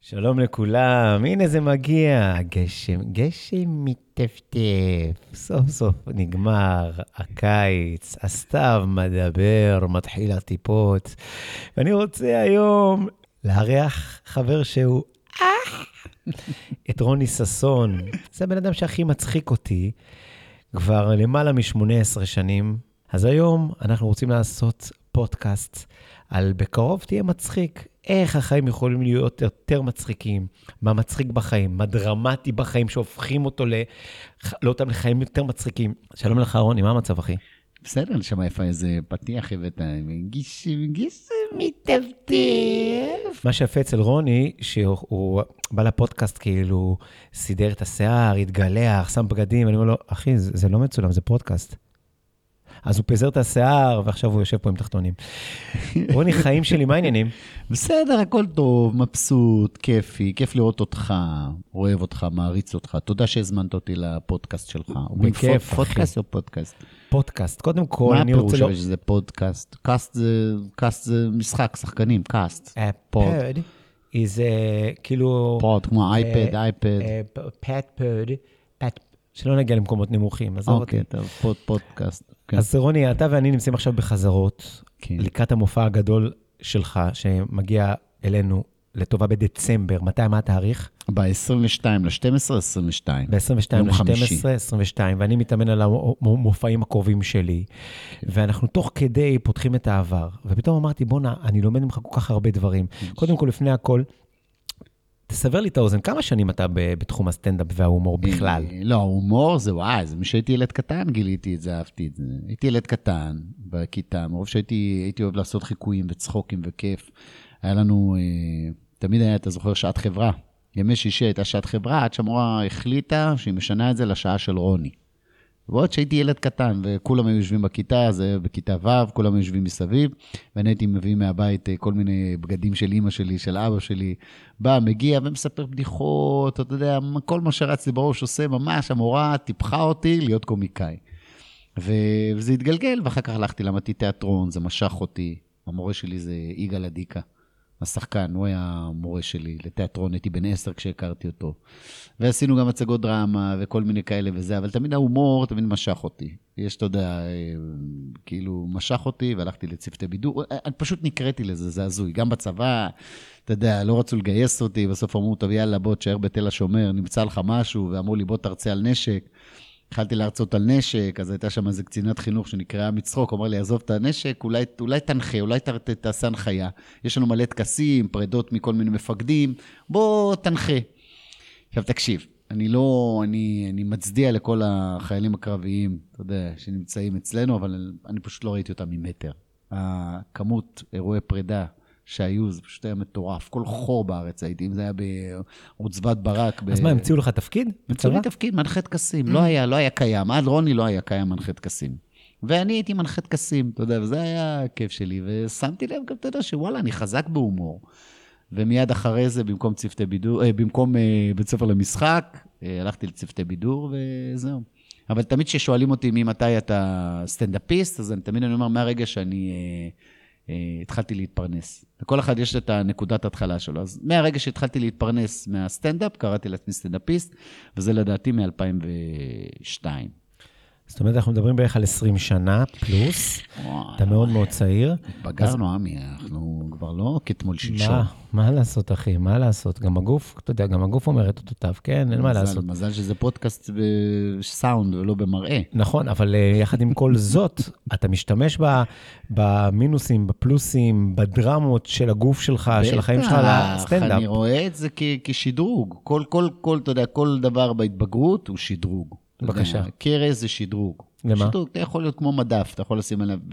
שלום לכולם, הנה זה מגיע, גשם מטפטף, סוף סוף נגמר, הקיץ, הסתיו מדבר, מתחיל הטיפות, ואני רוצה היום לארח חבר שהוא את רוני ססון, זה הבן אדם שהכי מצחיק אותי, כבר למעלה מ-18 שנים, אז היום אנחנו רוצים לעשות פודקאסט על בקרוב תהיה מצחיק, איך החיים יכולים להיות יותר מצחיקים, מה מצחיק בחיים, מה דרמטי בחיים שהופכים אותו לאותם לחיים יותר מצחיקים. שלום לך רוני, מה המצב אחי? בסדר, נשמע איפה איזה פתיח הבאת, גיס מטפטף. מה שיפה אצל רוני, שהוא בא לפודקאסט כאילו, סידר את השיער, התגלח, שם בגדים, אני אומר לו, אחי, זה לא מצולם, זה פודקאסט. אז הוא פזר את השיער, ועכשיו הוא יושב פה עם תחתונים. רוני, חיים שלי, מה העניינים? בסדר, הכל טוב, מבסוט, כיפי, כיף לראות אותך, אוהב אותך, מעריץ אותך. תודה שהזמנת אותי לפודקאסט שלך. בכיף, אחי. פודקאסט או פודקאסט? פודקאסט. קודם כל, אני רוצה... מה הפירוש שזה פודקאסט? קאסט זה משחק, שחקנים, קאסט. פוד. is כאילו... פוד, כמו אייפד. פוד. שלא נגיע למקומות נמוכים. אוקיי, טוב, פודקאסט. אז רוני, אתה ואני נמצאים עכשיו בחזרות, לקראת המופע הגדול שלך, שמגיע אלינו לטובה בדצמבר. מתי, מה התאריך? ב-22 ל-12, 22. ב-22 ל-12, 22, ואני מתאמן על המופעים הקרובים שלי, ואנחנו תוך כדי פותחים את העבר, ופתאום אמרתי, בונה, אני לומד ממך כל כך הרבה דברים. קודם כל, לפני הכל, תסבר לי את האוזן, כמה שנים אתה בתחום הסטנדאפ וההומור בכלל? לא, ההומור זה וואי, זה מי שהייתי ילד קטן, גיליתי את זה, אהבתי את זה. הייתי ילד קטן בכיתה, מרוב שהייתי אוהב לעשות חיקויים וצחוקים וכיף. היה לנו, תמיד היה, אתה זוכר, שעת חברה. ימי שישי הייתה שעת חברה, עד שהמורה החליטה שהיא משנה את זה לשעה של רוני. ועוד שהייתי ילד קטן, וכולם היו יושבים בכיתה, זה בכיתה ו', כולם היו יושבים מסביב, ואני הייתי מביא מהבית כל מיני בגדים של אמא שלי, של אבא שלי, בא, מגיע ומספר בדיחות, אתה יודע, כל מה שרצתי בראש עושה ממש, המורה טיפחה אותי להיות קומיקאי. וזה התגלגל, ואחר כך הלכתי, למדתי תיאטרון, זה משך אותי, המורה שלי זה יגאל עדיקה, השחקן, הוא היה המורה שלי לתיאטרון, הייתי בן 10 כשהכרתי אותו. ועשינו גם הצגות דרמה וכל מיני כאלה וזה, אבל תמיד ההומור תמיד משך אותי. יש, אתה יודע, כאילו משך אותי והלכתי לצוותי בידור. אני פשוט נקראתי לזה, זה הזוי. גם בצבא, אתה יודע, לא רצו לגייס אותי, בסוף אמרו, טוב יאללה, בוא תשאר בתל השומר, נמצא לך משהו, ואמרו לי, בוא תרצה על נשק. התחלתי להרצות על נשק, אז הייתה שם איזו קצינת חינוך שנקראה מצחוק, אמר לי, עזוב את הנשק, אולי תנחה, אולי תעשה הנחיה. יש לנו מלא תקסים, פרדות מכל מיני מפקדים, בוא תנחה. עכשיו תקשיב, אני מצדיע לכל החיילים הקרביים, אתה יודע, שנמצאים אצלנו, אבל אני פשוט לא ראיתי אותם ממטר. הכמות אירועי פרידה שהיו, זה פשוט היה מטורף. כל חור בארץ הייתי, אם זה היה בעוצבת ברק. אז מה, המציאו לך תפקיד? המציאו לי תפקיד, מנחה טקסים. לא היה קיים. עד רוני לא היה קיים מנחה טקסים. ואני הייתי מנחה טקסים, אתה יודע, וזה היה הכיף שלי. ושמתי לב גם, אתה יודע, שוואלה, אני חזק בהומור. ומיד אחרי זה, במקום צוותי בידור, במקום בית ספר למשחק, הלכתי לצוותי בידור וזהו. אבל תמיד ששואלים אותי ממתי אתה סטנדאפיסט, אז תמיד אני אומר, מהרגע שאני התחלתי להתפרנס. לכל אחד יש את הנקודת התחלה שלו. אז מהרגע שהתחלתי להתפרנס מהסטנדאפ, קראתי לעצמי סטנדאפיסט, וזה לדעתי מ-2002. זאת אומרת, אנחנו מדברים בערך על 20 שנה פלוס, אתה מאוד מאוד צעיר. בגרנו, עמי, אנחנו כבר לא כתמול שלשום. מה לעשות, אחי? מה לעשות? גם הגוף, אתה יודע, גם הגוף אומר את אותותיו, כן? אין מה לעשות. מזל שזה פודקאסט בסאונד ולא במראה. נכון, אבל יחד עם כל זאת, אתה משתמש במינוסים, בפלוסים, בדרמות של הגוף שלך, של החיים שלך לסטנדאפ. אני רואה את זה כשדרוג. אתה יודע, כל דבר בהתבגרות הוא שדרוג. בבקשה. קרס זה שדרוג. למה? שדרוג, אתה יכול להיות כמו מדף, אתה יכול לשים עליו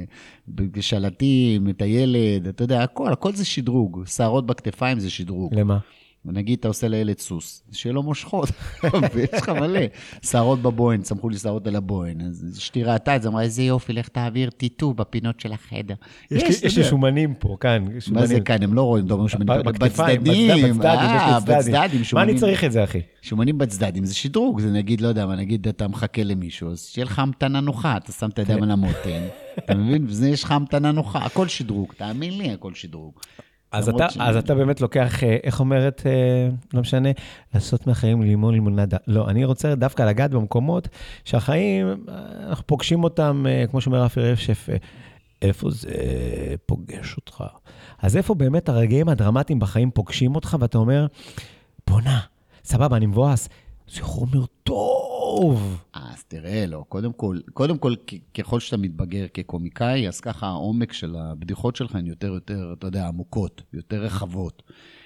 בשלטים, את הילד, אתה יודע, הכל זה שדרוג. שערות בכתפיים זה שדרוג. למה? ונגיד, אתה עושה לילד סוס, שיהיה לו מושכות, ויש לך מלא. שערות בבוהן, צמחו לי שערות על הבוהן, אז אשתי ראתה את זה, אמרה, איזה יופי, לך תעביר טיטו בפינות של החדר. יש לי שומנים פה, כאן. מה זה כאן? הם לא רואים, אתה אומר שומנים בכתפיים, בצדדים. מה אני צריך את זה, אחי? שומנים בצדדים, זה שדרוג, זה נגיד, לא יודע, מה נגיד, אתה מחכה למישהו, אז שיהיה לך המתנה נוחה, אתה שם את הידיים על המותן, אתה מבין? וזה יש לך המתנה נוחה, הכל שדרוג, תאמין לי, הכל שדרוג. אז אתה באמת לוקח, איך אומרת, לא משנה, לעשות מהחיים לימונדה. לא, אני רוצה דווקא לגעת במקומות שהחיים, אנחנו פוגשים אותם, כמו שאומר רפי רשף, איפה זה פוגש אותך? אז איפה באמת הרגעים הדרמטיים בחיים פוגשים אותך, ואתה אומר, בונה, סבבה, אני מבואס, זה חומר טוב. אז תראה, לא, קודם כל, ככל שאתה מתבגר כקומיקאי, אז ככה העומק של הבדיחות שלך הן יותר, אתה יודע, עמוקות, יותר רחבות.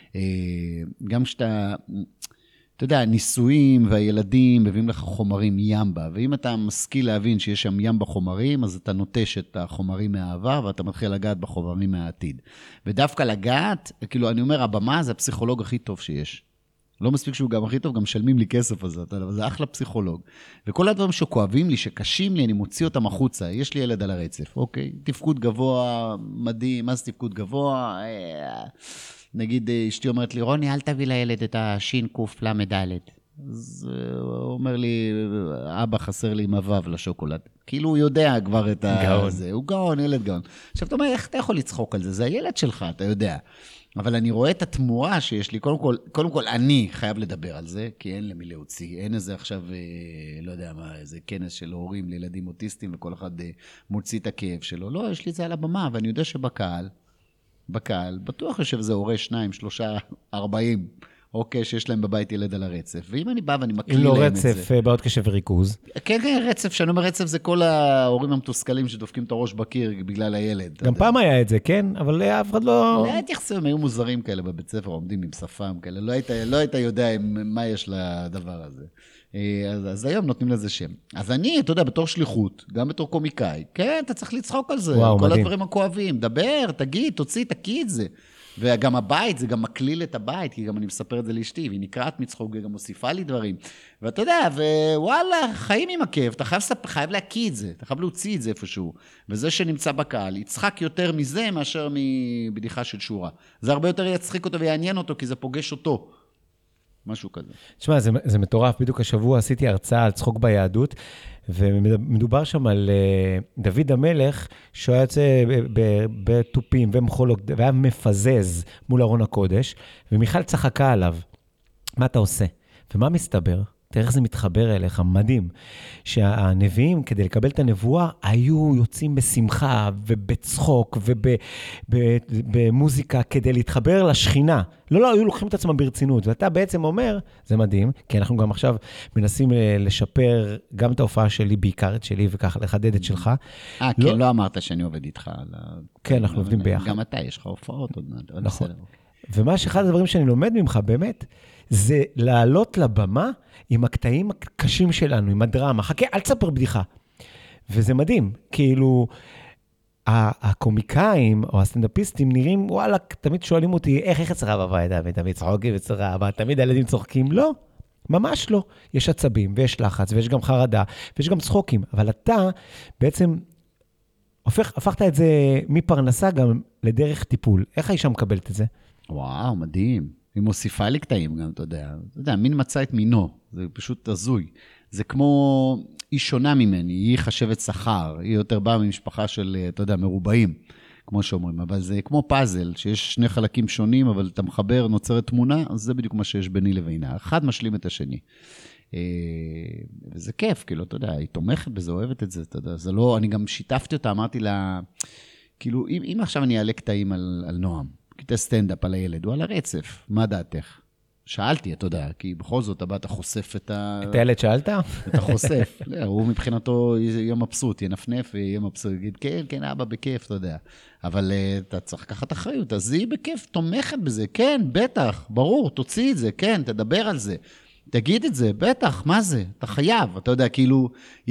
גם שאתה, אתה יודע, הניסויים והילדים מביאים לך חומרים ימבה, ואם אתה משכיל להבין שיש שם ימבה חומרים, אז אתה נוטש את החומרים מהעבר, ואתה מתחיל לגעת בחומרים מהעתיד. ודווקא לגעת, כאילו, אני אומר, הבמה זה הפסיכולוג הכי טוב שיש. לא מספיק שהוא גם הכי טוב, גם משלמים לי כסף הזה, זה אחלה פסיכולוג. וכל הדברים שכואבים לי, שקשים לי, אני מוציא אותם החוצה. יש לי ילד על הרצף, אוקיי? תפקוד גבוה, מדהים, מה זה תפקוד גבוה? נגיד, אשתי אומרת לי, רוני, אל תביא לילד את השין קוף למדלת. אז הוא אומר לי, אבא חסר לי מבב לשוקולד. כאילו הוא יודע כבר את זה. הוא גאון, ילד גאון. עכשיו, אתה אומר, איך אתה יכול לצחוק על זה? זה הילד שלך, אתה יודע. אבל אני רואה את התמורה שיש לי, קודם כל אני חייב לדבר על זה, כי אין למי להוציא, אין איזה עכשיו, לא יודע מה, איזה כנס של הורים לילדים אוטיסטים, וכל אחד מוציא את הכאב שלו. לא, יש לי את זה על הבמה, ואני יודע שבקהל, בטוח יושב איזה הורה 2, 3, 40, אוקיי, שיש להם בבית ילד על הרצף. ואם אני בא ואני מקליל להם את זה... אם לא רצף, בעוד קשב וריכוז. כן, רצף, שאני אומר רצף, זה כל ההורים המתוסכלים שדופקים את הראש בקיר בגלל הילד. גם פעם היה את זה, כן? אבל אף אחד לא... לא התייחסו, הם היו מוזרים כאלה בבית ספר, עומדים עם שפם כאלה, לא היית יודע מה יש לדבר הזה. אז היום נותנים לזה שם. אז אני, אתה יודע, בתור שליחות, גם בתור קומיקאי, כן, אתה צריך לצחוק על זה, כל הדברים הכואבים, דבר, תגיד, תוציא, תקיא את זה. וגם הבית, זה גם מקליל את הבית, כי גם אני מספר את זה לאשתי, והיא נקראת מצחוק, היא גם מוסיפה לי דברים. ואתה יודע, ווואלה, חיים עם הכיף, אתה חייב להקיא את זה, אתה חייב להוציא את זה איפשהו. וזה שנמצא בקהל, יצחק יותר מזה מאשר מבדיחה של שורה. זה הרבה יותר יצחיק אותו ויעניין אותו, כי זה פוגש אותו. משהו כזה. תשמע, זה מטורף. בדיוק השבוע עשיתי הרצאה על צחוק ביהדות, ומדובר שם על דוד המלך, שהוא היה יוצא בטופים ומחולות, והיה מפזז מול ארון הקודש, ומיכל צחקה עליו. מה אתה עושה? ומה מסתבר? תראה איך זה מתחבר אליך, מדהים, שהנביאים, כדי לקבל את הנבואה, היו יוצאים בשמחה ובצחוק ובמוזיקה, כדי להתחבר לשכינה. לא, היו לוקחים את עצמם ברצינות. ואתה בעצם אומר, זה מדהים, כי אנחנו גם עכשיו מנסים לשפר גם את ההופעה שלי, בעיקר את שלי, וככה לחדד את שלך. כן, לא אמרת שאני עובד איתך. כן, אנחנו עובדים ביחד. גם אתה, יש לך הופעות עוד מעט. נכון. ומה שאחד הדברים שאני לומד ממך באמת, זה לעלות לבמה עם הקטעים הקשים שלנו, עם הדרמה. חכה, אל תספר בדיחה. וזה מדהים, כאילו, הקומיקאים או הסטנדאפיסטים נראים, וואלה, תמיד שואלים אותי, איך אצלך בבית, תמיד צחוקים אצלך, אבל תמיד הילדים צוחקים. לא, ממש לא. יש עצבים, ויש לחץ, ויש גם חרדה, ויש גם צחוקים. אבל אתה בעצם הפכת את זה מפרנסה גם לדרך טיפול. איך האישה מקבלת את זה? וואו, מדהים. היא מוסיפה לי קטעים גם, אתה יודע, מין מצא את מינו, זה פשוט הזוי. זה כמו, היא שונה ממני, היא חשבת שכר, היא יותר באה ממשפחה של, אתה יודע, מרובעים, כמו שאומרים, אבל זה כמו פאזל, שיש שני חלקים שונים, אבל אתה מחבר, נוצרת תמונה, אז זה בדיוק מה שיש ביני לבינה. אחד משלים את השני. וזה כיף, כאילו, אתה יודע, היא תומכת בזה, אוהבת את זה, אתה יודע, זה לא, אני גם שיתפתי אותה, אמרתי לה, כאילו, אם עכשיו אני אעלה קטעים על נועם, קטע סטנדאפ על הילד, הוא על הרצף, מה דעתך? שאלתי, אתה יודע, כי בכל זאת, אתה חושף את הילד שאלת? אתה חושף, הוא מבחינתו יהיה מבסוט, ינפנף ויהיה מבסוט, יגיד, כן, אבא, בכיף, אתה יודע. אבל אתה צריך לקחת אחריות, אז היא בכיף, תומכת בזה, כן, בטח, ברור, תוציא את זה, כן, תדבר על זה, תגיד את זה, בטח, מה זה? אתה חייב, אתה יודע, כאילו,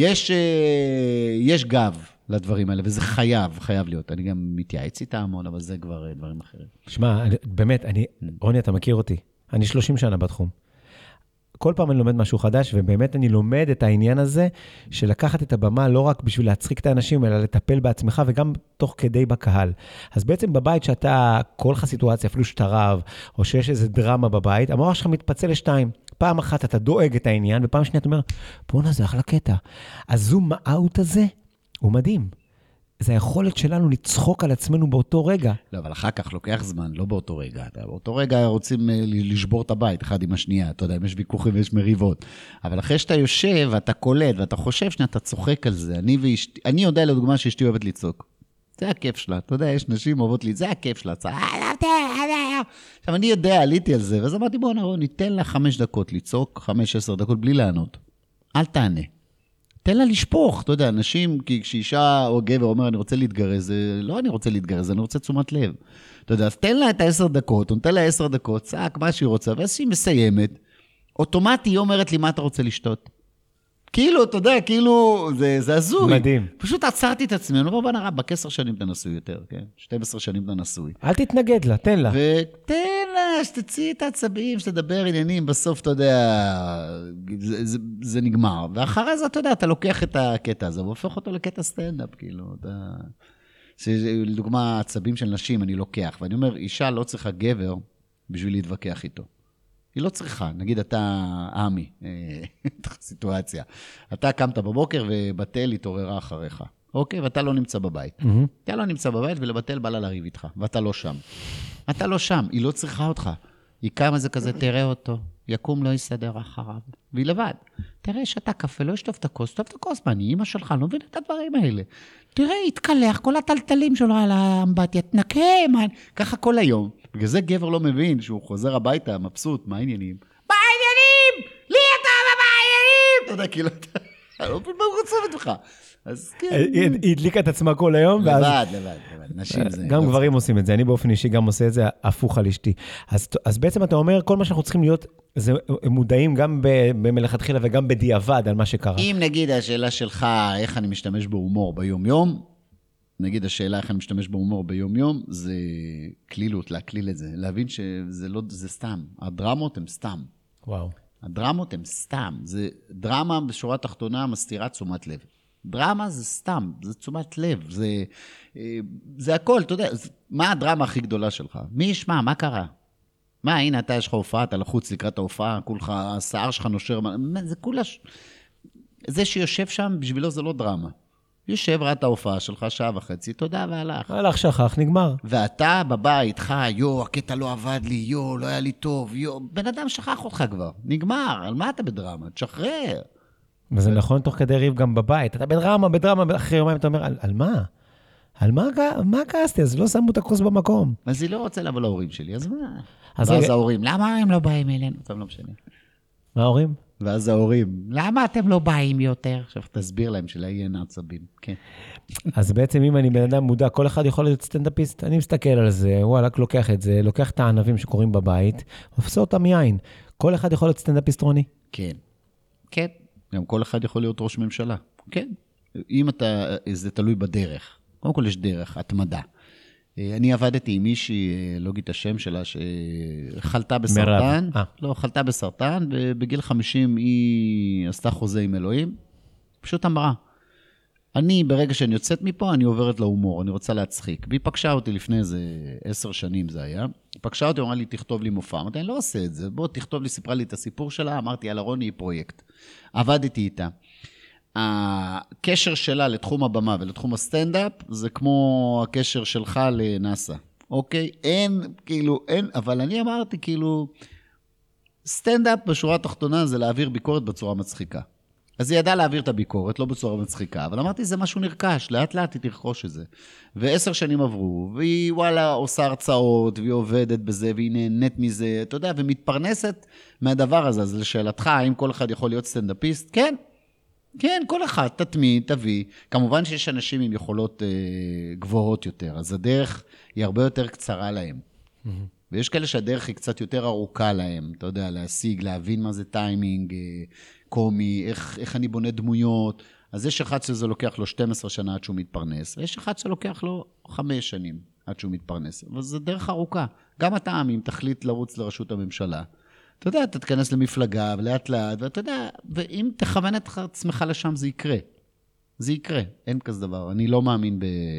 יש גב לדברים האלה, וזה חייב להיות. אני גם מתייעץ איתה המון, אבל זה כבר דברים אחרים. שמע, באמת, רוני, אתה מכיר אותי. אני 30 שנה בתחום. כל פעם אני לומד משהו חדש, ובאמת אני לומד את העניין הזה, של לקחת את הבמה לא רק בשביל להצחיק את האנשים, אלא לטפל בעצמך, וגם תוך כדי בקהל. אז בעצם בבית שאתה, כל לך סיטואציה, אפילו שאתה רב, או שיש איזה דרמה בבית, המוח שלך מתפצל לשתיים. פעם אחת אתה דואג את העניין, ופעם שנייה אתה אומר, בוא'נה, זה אחלה קטע. הזום אאוט הזה, הוא מדהים. זה היכולת שלנו לצחוק על עצמנו באותו רגע. לא, אבל אחר כך לוקח זמן, לא באותו רגע. באותו רגע רוצים לשבור את הבית, אחד עם השנייה, אתה יודע, יש ויכוחים ויש מריבות. אבל אחרי שאתה יושב, ואתה קולט, ואתה חושב שאתה צוחק על זה, אני יודע לדוגמה שאשתי אוהבת לצעוק. זה הכיף שלה, אתה יודע, יש נשים אוהבות לי, זה הכיף שלה. עכשיו, אני יודע, עליתי על זה, ואז אמרתי, בוא, ניתן לה 5 דקות לצעוק, 5-10 דקות בלי לענות. אל תענה. תן לה לשפוך, אתה יודע, אנשים, כי כשאישה או גבר אומר, אני רוצה להתגרז, זה לא אני רוצה להתגרז, אני רוצה תשומת לב. אתה יודע, אז תן לה את 10 דקות, הוא נותן לה 10 דקות, צעק מה שהיא רוצה, ואז שהיא מסיימת, אוטומטי היא אומרת לי, מה אתה רוצה לשתות? כאילו, אתה יודע, כאילו, זה הזוי. מדהים. פשוט עצרתי את עצמי, אני אומר, בוא נראה, ב10 שנים אתה נשוי יותר, כן? 12 שנים אתה נשוי. אל תתנגד לה, תן לה. ותן לה, שתציא את העצבים, שתדבר עניינים, בסוף, אתה יודע, זה נגמר. ואחרי זה, אתה יודע, אתה לוקח את הקטע הזה, והופך אותו לקטע סטנדאפ, כאילו, אתה... לדוגמה, עצבים של נשים אני לוקח, ואני אומר, אישה לא צריכה גבר בשביל להתווכח איתו. היא לא צריכה, נגיד אתה עמי, סיטואציה. אתה קמת בבוקר ובטל התעוררה אחריך, אוקיי? ואתה לא נמצא בבית. אתה לא נמצא בבית ולבטל בא לה לריב איתך, ואתה לא שם. אתה לא שם, היא לא צריכה אותך. היא קמה זה כזה, תראה אותו, יקום לא יסדר אחריו. והיא לבד. תראה שאתה קפה, לא ישטוף את הכוס, שטוף את הכוס, מה, אני אמא שלך, לא מבין את הדברים האלה. תראה, התקלח, כל הטלטלים שלו על האמבטיה, תנקה, מה, ככה כל היום. בגלל זה גבר לא מבין שהוא חוזר הביתה, מבסוט, מה העניינים? מה העניינים? לי אתה, מה העניינים? אתה יודע, כאילו, אתה לא מבין מה הוא רוצה ממך. אז כן. היא הדליקה את עצמה כל היום. לבד. נשים זה... גם גברים עושים את זה, אני באופן אישי גם עושה את זה, הפוך על אשתי. אז בעצם אתה אומר, כל מה שאנחנו צריכים להיות, זה מודעים גם במלכתחילה וגם בדיעבד על מה שקרה. אם נגיד השאלה שלך, איך אני משתמש בהומור ביום-יום, נגיד השאלה איך אני משתמש בהומור ביום-יום, זה כלילות, להכליל את זה, להבין שזה לא, זה סתם. הדרמות הן סתם. וואו. הדרמות הן סתם. זה דרמה בשורה התחתונה מסתירה תשומת לב. דרמה זה סתם, זה תשומת לב, זה הכל, אתה יודע, מה הדרמה הכי גדולה שלך? מי ישמע, מה קרה? מה, הנה, אתה יש לך הופעה, אתה לחוץ לקראת ההופעה, כולך, השיער שלך נושר, זה כולה, זה שיושב שם, בשבילו זה לא דרמה. יושב, ראה את ההופעה שלך, 1.5 שעות, תודה והלך. הלך, שכח, נגמר. ואתה בבית, איתך, הקטע לא עבד לי, לא היה לי טוב, בן אדם שכח אותך כבר, נגמר, על מה אתה בדרמה? תשחרר. וזה נכון תוך כדי ריב גם בבית. אתה בדרמה, אחרי יומיים אתה אומר, על מה? על מה כעסתי? אז לא שמו את הכוס במקום. אז היא לא רוצה לבוא להורים שלי, אז מה? ואז ההורים, למה הם לא באים אלינו? טוב, לא משנה. מה ההורים? ואז ההורים, למה אתם לא באים יותר? עכשיו תסביר להם שלה יהיה עצבים, כן. אז בעצם אם אני בן אדם מודע, כל אחד יכול להיות סטנדאפיסט, אני מסתכל על זה, וואלה, לוקח את זה, לוקח את הענבים שקורים בבית, עושה אותם יין. כל אחד יכול להיות סטנדאפיסט רוני? כן. כן. גם כל אחד יכול להיות ראש ממשלה. כן. אם אתה, זה תלוי בדרך. קודם כל יש דרך, התמדה. אני עבדתי עם מישהי, לא אגיד את השם שלה, שחלתה בסרטן. לא, חלתה בסרטן, ובגיל 50 היא עשתה חוזה עם אלוהים. פשוט אמרה. אני, ברגע שאני יוצאת מפה, אני עוברת להומור, אני רוצה להצחיק. והיא פגשה אותי לפני איזה 10 שנים זה היה. היא פגשה אותי, אמרה לי, תכתוב לי מופע. אמרתי, אני לא עושה את זה. בוא, תכתוב לי, סיפרה לי את הסיפור שלה. אמרתי, יאללה, רוני, היא פרויקט. עבדתי איתה. הקשר שלה לתחום הבמה ולתחום הסטנדאפ, זה כמו הקשר שלך לנאסא. אוקיי? אין, אבל אני אמרתי, סטנדאפ בשורה התחתונה זה להעביר ביקורת בצורה מצחיקה. אז היא ידעה להעביר את הביקורת, לא בצורה מצחיקה, אבל אמרתי, זה משהו נרכש, לאט לאט היא תרכוש את זה. ו10 שנים עברו, והיא וואלה עושה הרצאות, והיא עובדת בזה, והיא נהנית מזה, אתה יודע, ומתפרנסת מהדבר הזה. אז לשאלתך, האם כל אחד יכול להיות סטנדאפיסט? כן. כן, כל אחד, תתמיד, תביא. כמובן שיש אנשים עם יכולות גבוהות יותר, אז הדרך היא הרבה יותר קצרה להם. ויש כאלה שהדרך היא קצת יותר ארוכה להם, אתה יודע, להשיג, להבין מה זה טיימינג, קומי, איך אני בונה דמויות. אז יש אחד שזה לוקח לו 12 שנה עד שהוא מתפרנס, ויש אחד שלוקח לו 5 שנים עד שהוא מתפרנס. אבל זה דרך ארוכה. גם אתה, אם תחליט לרוץ לראשות הממשלה, אתה יודע, אתה תכנס למפלגה, ולאט לאט, ואתה יודע, ואם תכוון את עצמך לשם, זה יקרה. זה יקרה, אין כזה דבר. אני לא מאמין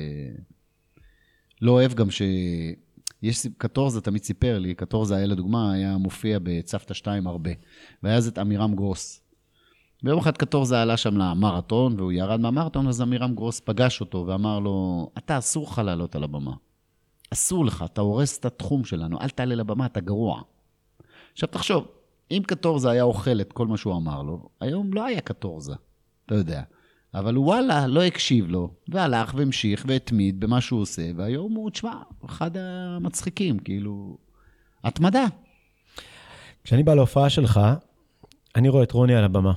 לא אוהב גם קטורזה תמיד סיפר לי, קטורזה היה לדוגמה, היה מופיע בצוותא 2 הרבה, והיה זאת אמירם גרוס. ביום אחד קטורזה עלה שם למרתון, והוא ירד מהמרתון, אז אמירם גרוס פגש אותו ואמר לו, אתה אסור לך לעלות על הבמה. אסור לך, אתה הורס את התחום שלנו, אל תעלה לבמה, אתה גרוע. עכשיו תחשוב, אם קטורזה היה אוכל את כל מה שהוא אמר לו, היום לא היה קטורזה, אתה יודע. אבל וואלה, לא הקשיב לו, והלך והמשיך והתמיד במה שהוא עושה, והיום הוא, תשמע, אחד המצחיקים, כאילו, התמדה. כשאני בא להופעה שלך, אני רואה את רוני על הבמה.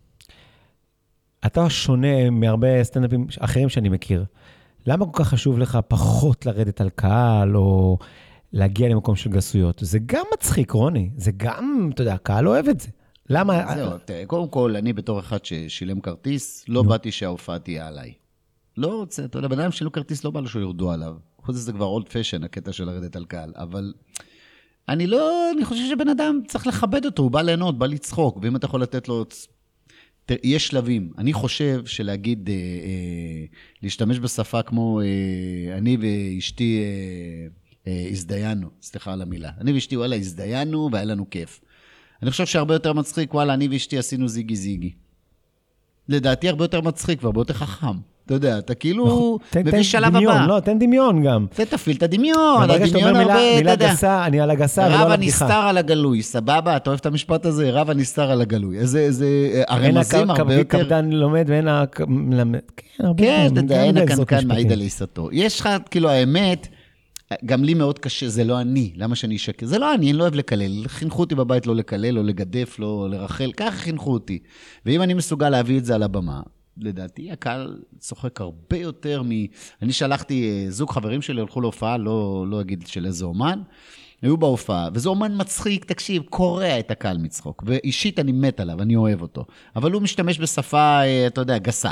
אתה שונה מהרבה סטנדאפים אחרים שאני מכיר. למה כל כך חשוב לך פחות לרדת על קהל, או להגיע למקום של גסויות? זה גם מצחיק, רוני. זה גם, אתה יודע, הקהל אוהב את זה. למה? זהו, קודם כל, אני בתור אחד ששילם כרטיס, לא באתי שההופעה תהיה עליי. לא רוצה, אתה יודע, בן אדם שילם כרטיס לא בא לו שיורדו עליו. חוץ לזה כבר אולד פשן, הקטע של לרדת על קהל. אבל אני חושב שבן אדם צריך לכבד אותו, הוא בא ליהנות, בא לצחוק, ואם אתה יכול לתת לו... יש שלבים. אני חושב שלהגיד, להשתמש בשפה כמו אני ואשתי הזדיינו, סליחה על המילה. אני ואשתי, וואלה, הזדיינו והיה לנו כיף. אני חושב שהרבה יותר מצחיק, וואלה, אני ואשתי עשינו זיגי זיגי. לדעתי הרבה יותר מצחיק והרבה יותר חכם. אתה יודע, אתה כאילו מביא שלב הבא. לא, תן דמיון גם. תפעיל את הדמיון. ברגע שאתה אומר מילה גסה, אני על הגסה ולא על רב הבדיחה. הנסתר על הגלוי, סבבה? אתה אוהב את המשפט הזה? רב הנסתר על הגלוי. איזה הרמזים הרבה יותר... אין הקפדן לומד ואין מלמד. כן, אתה יודע, אין הקנקן מעיד על עיסתו. יש לך, כאילו, האמת... גם לי מאוד קשה, זה לא אני, למה שאני אשקר? זה לא אני לא אוהב לקלל, חינכו אותי בבית לא לקלל, לא לגדף, לא לרחל, ככה חינכו אותי. ואם אני מסוגל להביא את זה על הבמה, לדעתי הקהל צוחק הרבה יותר אני שלחתי, זוג חברים שלי הלכו להופעה, לא אגיד של איזה אומן, היו בהופעה, וזה אומן מצחיק, תקשיב, קורע את הקהל מצחוק, ואישית אני מת עליו, אני אוהב אותו, אבל הוא משתמש בשפה, אתה יודע, גסה.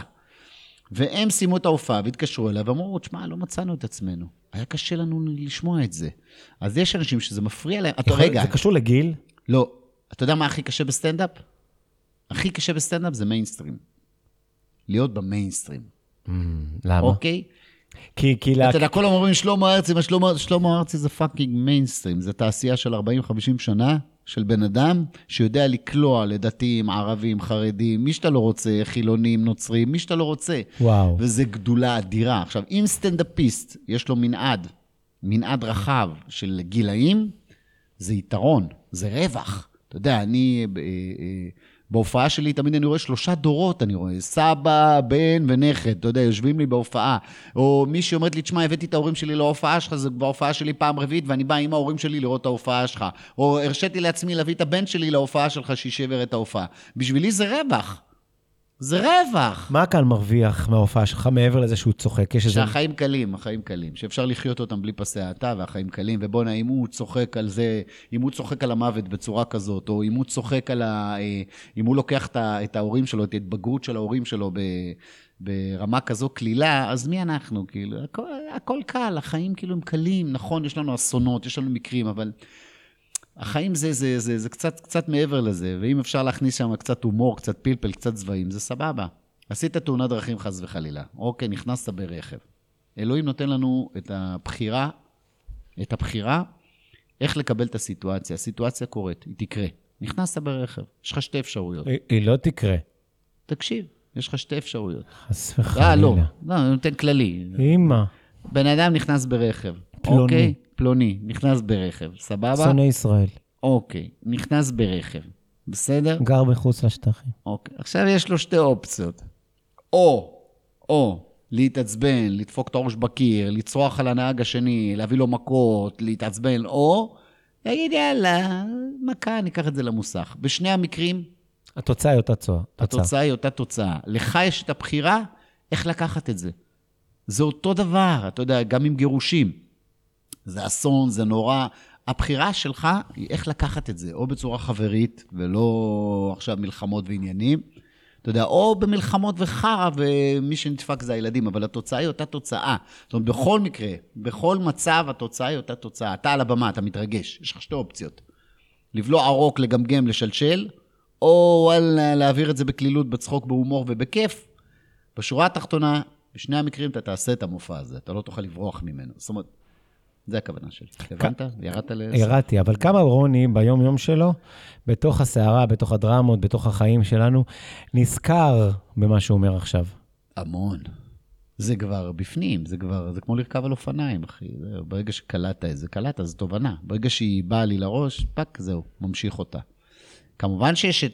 והם סיימו את ההופעה והתקשרו אליו ואמרו, תשמע, לא מצאנו את עצמנו. היה קשה לנו לשמוע את זה. אז יש אנשים שזה מפריע להם. זה קשור לגיל? לא. אתה יודע מה הכי קשה בסטנדאפ? הכי קשה בסטנדאפ זה מיינסטרים. להיות במיינסטרים. למה? אוקיי? כי אתה יודע, כל אומרים שלמה ארצי, שלמה ארצי זה פאקינג מיינסטרים. זה תעשייה של 40-50 שנה של בן אדם שיודע לקלוע לדתיים, ערבים, חרדים, מי שאתה לא רוצה, חילונים, נוצרים, מי שאתה לא רוצה. וואו. וזה גדולה אדירה. עכשיו, אם סטנדאפיסט יש לו מנעד רחב של גילאים, זה יתרון, זה רווח. אתה יודע, אני... בהופעה שלי תמיד אני רואה 3 דורות, אני רואה סבא, בן ונכד, אתה יודע, יושבים לי בהופעה, או מישהו אומרת לי, תשמע, הבאתי את ההורים שלי להופעה שלך, זה בהופעה שלי פעם רביעית, ואני בא עם ההורים שלי לראות את ההופעה שלך, או הרשיתי לעצמי להביא את הבן שלי להופעה שלך, שישבר את ההופעה. בשבילי זה רווח. זה רווח. מה כאן מרוויח מההופעה שלך מעבר לזה שהוא צוחק? שהחיים קלים, החיים קלים, שאפשר לחיות אותם בלי פסי האטה, והחיים קלים, ובוא אם הוא צוחק על זה, אם הוא צוחק על המוות בצורה כזאת, או אם הוא צוחק אם הוא לוקח את ההורים שלו, את ההתבגרות של ההורים שלו ברמה כזו כלילה, אז מי אנחנו? כאילו, הכל קל, החיים כאילו הם קלים, נכון, יש לנו אסונות, יש לנו מקרים, אבל... החיים זה קצת מעבר לזה, ואם אפשר להכניס שם קצת הומור, קצת פלפל, קצת צבעים, זה סבבה. עשית תאונת דרכים חס וחלילה. אוקיי, נכנסת ברכב. אלוהים נותן לנו את הבחירה, איך לקבל את הסיטואציה. הסיטואציה קורית, היא תקרה. נכנסת ברכב, יש לך 2 אפשרויות. היא לא תקרה. תקשיב, יש לך 2 אפשרויות. חס וחלילה. לא, אני נותן כללי. אמא. בן אדם נכנס ברכב. פלוני. אוקיי? פלוני, נכנס ברכב, סבבה? שונא ישראל. אוקיי, נכנס ברכב, בסדר? גר בחוץ לשטחים. אוקיי, עכשיו יש לו 2 אופציות. או להתעצבן, לדפוק את הראש בקיר, לצרוח על הנהג השני, להביא לו מכות, להתעצבן, או להגיד יאללה, מכה, ניקח את זה למוסך. בשני המקרים, התוצאה היא אותה התוצאה היא אותה תוצאה. לך יש את הבחירה איך לקחת את זה. זה אותו דבר, אתה יודע, גם עם גירושים. זה אסון, זה נורא. הבחירה שלך היא איך לקחת את זה, או בצורה חברית, ולא עכשיו מלחמות ועניינים, אתה יודע, או במלחמות וחרה, ומי שנדפק זה הילדים, אבל התוצאה היא אותה תוצאה. זאת אומרת, בכל מקרה, בכל מצב, התוצאה היא אותה תוצאה. אתה על הבמה, אתה מתרגש, יש לך 2 אופציות. לבלוע ערוק, לגמגם, לשלשל, או להעביר את זה בכלילות, בצחוק, בהומור ובכיף. בשורה התחתונה, בשני המקרים אתה תעשה את המופע הזה, אתה לא תוכל לברוח ממנו. זאת אומרת, זה הכוונה שלי. הבנת? ירדת ירדתי, אבל כמה רוני ביום-יום שלו, בתוך הסערה, בתוך הדרמות, בתוך החיים שלנו, נזכר במה שהוא אומר עכשיו. המון. זה כבר בפנים, זה כמו לרכב על אופניים, אחי. ברגע שקלטת איזה, זו תובנה. ברגע שהיא באה לי לראש, פק, זהו, ממשיך אותה. כמובן שיש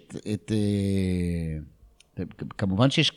כמובן שיש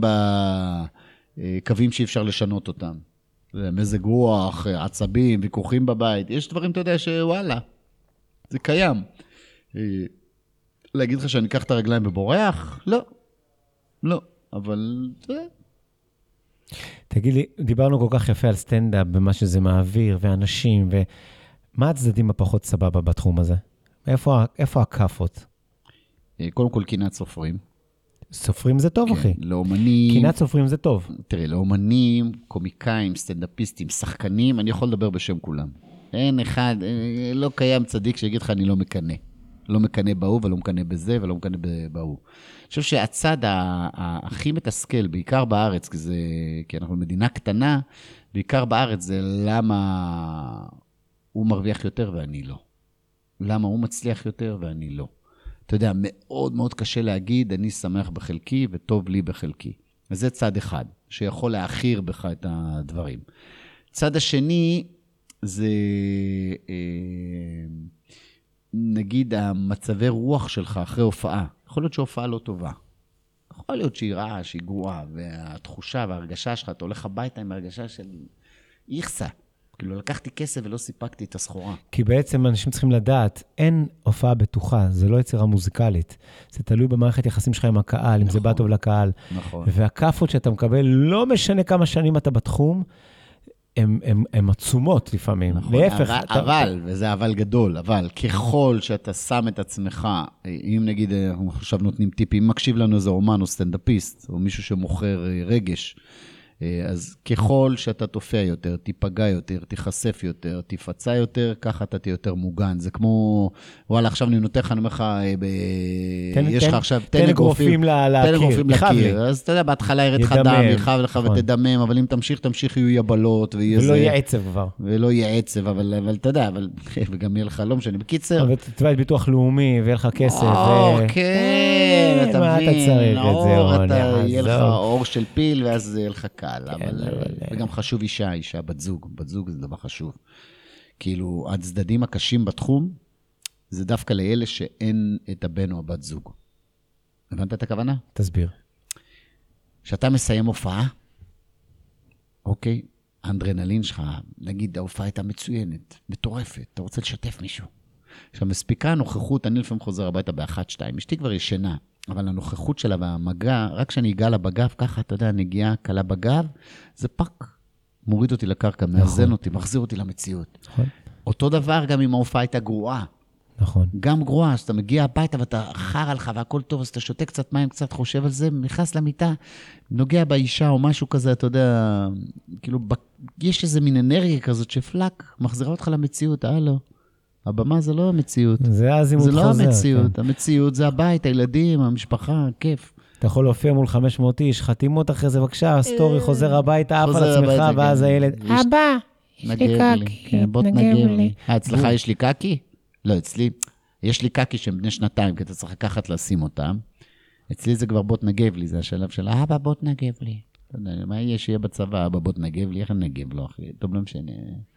קווים שאי אפשר לשנות אותם. מזג רוח, עצבים, ויכוחים בבית. יש דברים, אתה יודע, שוואלה, זה קיים. להגיד לך שאני אקח את הרגליים בבורח? לא. לא, אבל זה... תגיד לי, דיברנו כל כך יפה על סטנדאפ, במה שזה מעביר, ואנשים, ומה הצדדים הפחות סבבה בתחום הזה? איפה הכפות? קודם כל, קנאת סופרים. סופרים זה טוב, אחי. לאומנים... קנאת סופרים זה טוב. תראה, לאומנים, קומיקאים, סטנדאפיסטים, שחקנים, אני יכול לדבר בשם כולם. אין אחד, לא קיים צדיק שיגיד לך, אני לא מקנה. לא מקנה בהוא, ולא מקנה בזה, ולא מקנה בהוא. אני חושב שהצד הכי מתסכל, בעיקר בארץ, כי אנחנו מדינה קטנה, בעיקר בארץ זה למה הוא מרוויח יותר ואני לא. למה הוא מצליח יותר ואני לא. אתה יודע, מאוד מאוד קשה להגיד, אני שמח בחלקי וטוב לי בחלקי. וזה צד אחד, שיכול להכיר בך את הדברים. צד השני, זה נגיד המצבי רוח שלך אחרי הופעה. יכול להיות שהופעה לא טובה. יכול להיות שהיא רעה, שהיא גרועה, והתחושה וההרגשה שלך, אתה הולך הביתה עם הרגשה של איכסה. כאילו, לקחתי כסף ולא סיפקתי את הסחורה. כי בעצם אנשים צריכים לדעת, אין הופעה בטוחה, זה לא יצירה מוזיקלית. זה תלוי במערכת יחסים שלך עם הקהל, אם זה בא טוב לקהל. נכון. והכפות שאתה מקבל, לא משנה כמה שנים אתה בתחום, הן עצומות לפעמים. נכון, להפך. וזה אבל גדול, אבל ככל שאתה שם את עצמך, אם נגיד, אנחנו עכשיו נותנים טיפים, אם מקשיב לנו איזה אומן או סטנדאפיסט, או מישהו שמוכר רגש, אז ככל שאתה תופיע יותר, תיפגע יותר, תיחשף יותר, תפצע יותר, ככה אתה תהיה יותר מוגן. זה כמו, וואלה, עכשיו אני נותן לך, אני אומר לך, יש לך עכשיו תן אגרופים לקיר. אז אתה יודע, בהתחלה ירד לך דם, יכאב לך ותדמם, אבל אם תמשיך יהיו יבלות. ולא יהיה עצב כבר. ולא יהיה עצב, אבל אתה יודע, וגם יהיה לך לא משנה. בקיצר. אבל תתבע את ביטוח לאומי, ויהיה לך כסף. כן, אתה מה אתה צריך את זה, רוני? יהיה לך אור של פיל, ואז יהיה לך קל. וגם חשוב אישה, בת זוג זה דבר חשוב. כאילו, הצדדים הקשים בתחום, זה דווקא לאלה שאין את הבן או הבת זוג. הבנת את הכוונה? תסביר. כשאתה מסיים הופעה, אוקיי, האנדרנלין שלך, נגיד, ההופעה הייתה מצוינת, מטורפת, אתה רוצה לשתף מישהו. עכשיו, מספיקה הנוכחות, אני לפעמים חוזר הביתה ב1-2, אשתי כבר ישנה, אבל הנוכחות שלה והמגע, רק כשאני אגע לה בגב, ככה, אתה יודע, נגיעה קלה בגב, זה פק, מוריד אותי לקרקע, מאזן אותי, מחזיר אותי למציאות. נכון. אותו דבר גם אם ההופעה הייתה גרועה. נכון. גם גרועה, אז אתה מגיע הביתה ואתה חר עליך והכל טוב, אז אתה שותה קצת מים, קצת חושב על זה, נכנס למיטה, נוגע באישה או משהו כזה, אתה יודע, כאילו, יש איזה מין אנרגיה כזאת שפלק, מחזירה אותך למציאות, הלו. הבמה זה לא המציאות. זה הזימות חוזר. זה לא המציאות, כן. המציאות זה הבית, הילדים, המשפחה, כיף. אתה יכול להופיע מול 500 איש, חתימות אחרי זה, בבקשה, סטורי, חוזר הביתה, אף על עצמך, ואז הילד, אבא, יש לי קקי, בוא תנגב לי. אצלך יש לי קקי? לא, אצלי, יש לי קקי שהם בני 2, כי אתה צריך לקחת לשים אותם. אצלי זה כבר בוא תנגב לי, זה השלב של, אבא, בוא תנגב לי. מה יהיה שיהיה בצבא, אבא, בוא תנגב לי, איך נגב לו, אחי? טוב, לא משנה.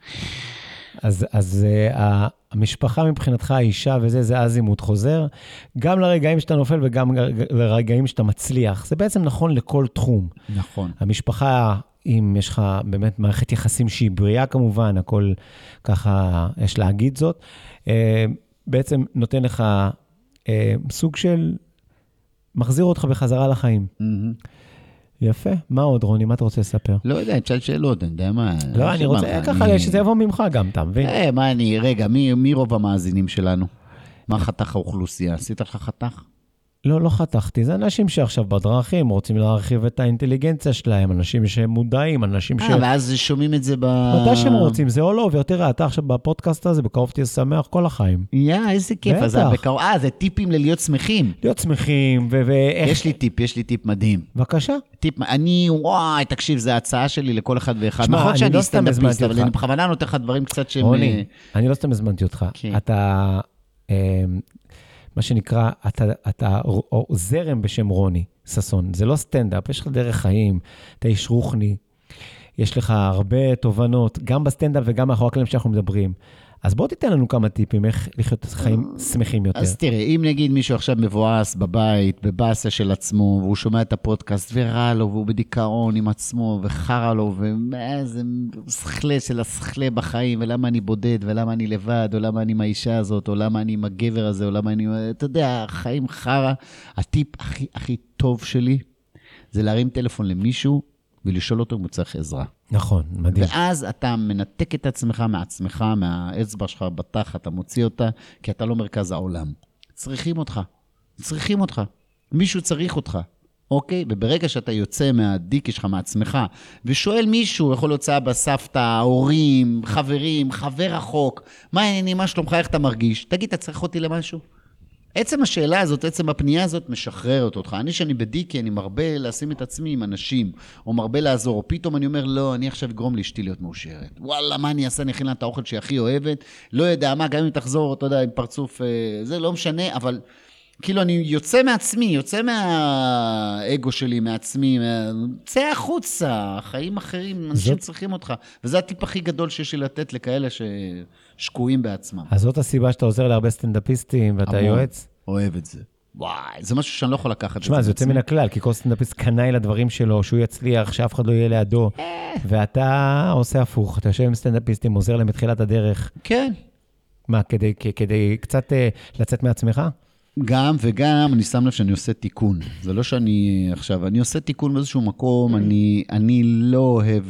אז המשפחה מבחינתך, האישה וזה, זה הזימות חוזר, גם לרגעים שאתה נופל וגם לרגעים שאתה מצליח. זה בעצם נכון לכל תחום. נכון. המשפחה, אם יש לך באמת מערכת יחסים שהיא בריאה כמובן, הכל ככה יש להגיד זאת, בעצם נותן לך סוג של, מחזיר אותך בחזרה לחיים. יפה. מה עוד, רוני? מה אתה רוצה לספר? לא יודע, תשאל שאלות, אני יודע מה. לא, אני רוצה ככה שזה יבוא ממך גם, אתה מבין? רגע, מי רוב המאזינים שלנו? מה חתך האוכלוסייה? עשית לך חתך? לא חתכתי, זה אנשים שעכשיו בדרכים רוצים להרחיב את האינטליגנציה שלהם, אנשים שהם מודעים, אנשים ואז שומעים את זה מתי שהם רוצים, זה או לא, ויותר, אתה עכשיו בפודקאסט הזה, בקרוב תהיה שמח כל החיים. איזה כיף, אז זה טיפים ללהיות שמחים. להיות שמחים, יש לי טיפ מדהים. בבקשה. וואי, תקשיב, זו ההצעה שלי לכל אחד ואחד. נכון שאני סטנדאפיסט, אבל אני בכוונה נותן לך דברים קצת שהם... רוני, אני לא סתם הזמנתי אותך. אתה... מה שנקרא, אתה זרם בשם רוני ססון, זה לא סטנדאפ, יש לך דרך חיים, אתה איש רוחני, יש לך הרבה תובנות, גם בסטנדאפ וגם מאחורי הקלעים שאנחנו מדברים. אז בוא תיתן לנו כמה טיפים, איך לחיות חיים שמחים יותר. אז תראה, אם נגיד מישהו עכשיו מבואס בבית, בבאסה של עצמו, והוא שומע את הפודקאסט ורע לו, והוא בדיכאון עם עצמו, וחרא לו, ואיזה שכלה של השכלה בחיים, ולמה אני בודד, ולמה אני לבד, או למה אני עם האישה הזאת, או למה אני עם הגבר הזה, או למה אני... אתה יודע, חיים חרא. הטיפ הכי טוב שלי, זה להרים טלפון למישהו, ולשאול אותו אם הוא צריך עזרה. נכון, מדהים. ואז אתה מנתק את עצמך מעצמך, מהאצבע שלך בתח, אתה מוציא אותה, כי אתה לא מרכז העולם. צריכים אותך. מישהו צריך אותך, אוקיי? וברגע שאתה יוצא מהדיקי שלך, מעצמך, ושואל מישהו, יכול להיות סבא, סבתא, הורים, חברים, חבר רחוק, מה העניינים, מה שלומך, איך אתה מרגיש? תגיד, אתה צריך אותי למשהו? עצם השאלה הזאת, עצם הפנייה הזאת משחררת אותך. שאני בדיקי, אני מרבה לשים את עצמי עם אנשים, או מרבה לעזור, או פתאום אני אומר, לא, אני עכשיו אגרום לאשתי להיות מאושרת. וואלה, מה אני אעשה? אני אכין לה את האוכל שהיא הכי אוהבת, לא יודע מה, גם אם תחזור, אתה יודע, עם פרצוף, זה לא משנה, אבל כאילו אני יוצא מעצמי, יוצא מהאגו שלי, מעצמי, יוצא החוצה, חיים אחרים, אנשים צריכים אותך. וזה הטיפ הכי גדול שיש לי לתת לכאלה ששקועים בעצמם. אז זאת הסיבה שאתה עוזר להרבה סטנדאפיסטים, ואתה יועץ? אוהב את זה. וואי, זה משהו שאני לא יכול לקחת. שמע, זה יוצא מן הכלל, כי כל סטנדאפיסט קנאי לדברים שלו, שהוא יצליח, שאף אחד לא יהיה לידו, ואתה עושה הפוך, אתה יושב עם סטנדאפיסטים, עוזר להם בתחילת הדרך. כן. מה, כדי קצת לצאת מעצמך? גם וגם, אני שם לב שאני עושה תיקון. זה לא שאני עכשיו, אני עושה תיקון באיזשהו מקום, אני לא אוהב,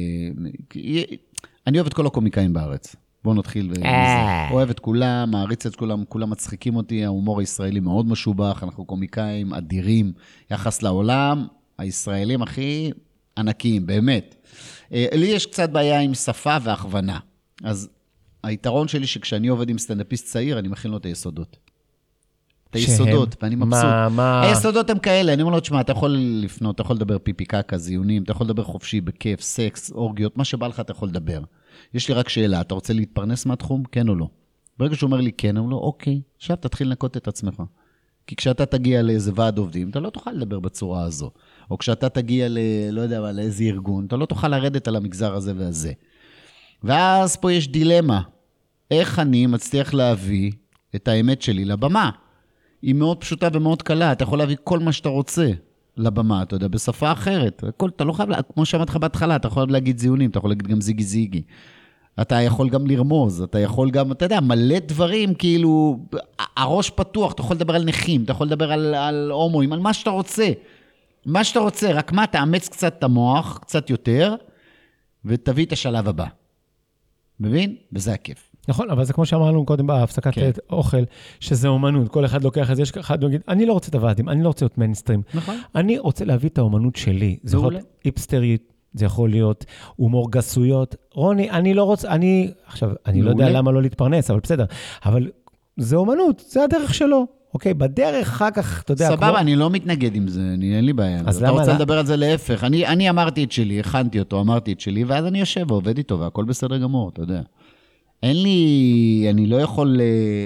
אני אוהב את כל הקומיקאים בארץ. בואו נתחיל. אוהב את כולם, מעריץ את כולם, כולם מצחיקים אותי, ההומור הישראלי מאוד משובח, אנחנו קומיקאים אדירים, יחס לעולם, הישראלים הכי ענקיים, באמת. לי יש קצת בעיה עם שפה והכוונה. אז היתרון שלי שכשאני עובד עם סטנדאפיסט צעיר, אני מכין לו את היסודות. את היסודות, ואני מבסוט. היסודות הם כאלה, אני אומר לו, תשמע, אתה יכול לפנות, אתה יכול לדבר פיפי קקה, זיונים, אתה יכול לדבר חופשי, בכיף, סקס, אורגיות, מה שבא לך אתה יכול לדבר. יש לי רק שאלה, אתה רוצה להתפרנס מהתחום? כן או לא? ברגע שהוא אומר לי כן, הוא אומר לו, אוקיי, עכשיו תתחיל לנקות את עצמך. כי כשאתה תגיע לאיזה ועד עובדים, אתה לא תוכל לדבר בצורה הזו. או כשאתה תגיע לא יודע מה, לאיזה ארגון, אתה לא תוכל לרדת על המגזר הזה והזה. ואז פה יש דילמה. איך אני מצליח להביא את האמת שלי לבמה? היא מאוד פשוטה ומאוד קלה, אתה יכול להביא כל מה שאתה רוצה לבמה, אתה יודע, בשפה אחרת. אתה לא חייב, כמו שאמרתי לך בהתחלה, אתה יכול להגיד זיונים, אתה יכול להגיד גם זיגי זיגי. אתה יכול גם לרמוז, אתה יכול גם, אתה יודע, מלא דברים, כאילו, הראש פתוח, אתה יכול לדבר על נכים, אתה יכול לדבר על הומואים, על מה שאתה רוצה. מה שאתה רוצה, רק מה, תאמץ קצת את המוח, קצת יותר, ותביא את השלב הבא. מבין? וזה הכיף. נכון, אבל זה כמו שאמרנו קודם בהפסקת אוכל, שזה אומנות, כל אחד לוקח את זה, יש אחד להגיד, אני לא רוצה את הוועדים, אני לא רוצה להיות מיינסטרים. נכון. אני רוצה להביא את האומנות שלי. זה יכול להיות היפסטרית, זה יכול להיות הומור גסויות. רוני, אני לא רוצה, עכשיו, אני לא יודע למה לא להתפרנס, אבל בסדר. אבל זה אומנות, זה הדרך שלו. אוקיי, בדרך אחר כך, אתה יודע... סבבה, אני לא מתנגד עם זה, אין לי בעיה. אז אתה רוצה לדבר על זה להפך. אני אמרתי את שלי, הכנתי אותו, אמרתי את שלי, ואז אני יושב ועובד איתו, והכל בסדר גמור, אתה יודע. אני לא יכול...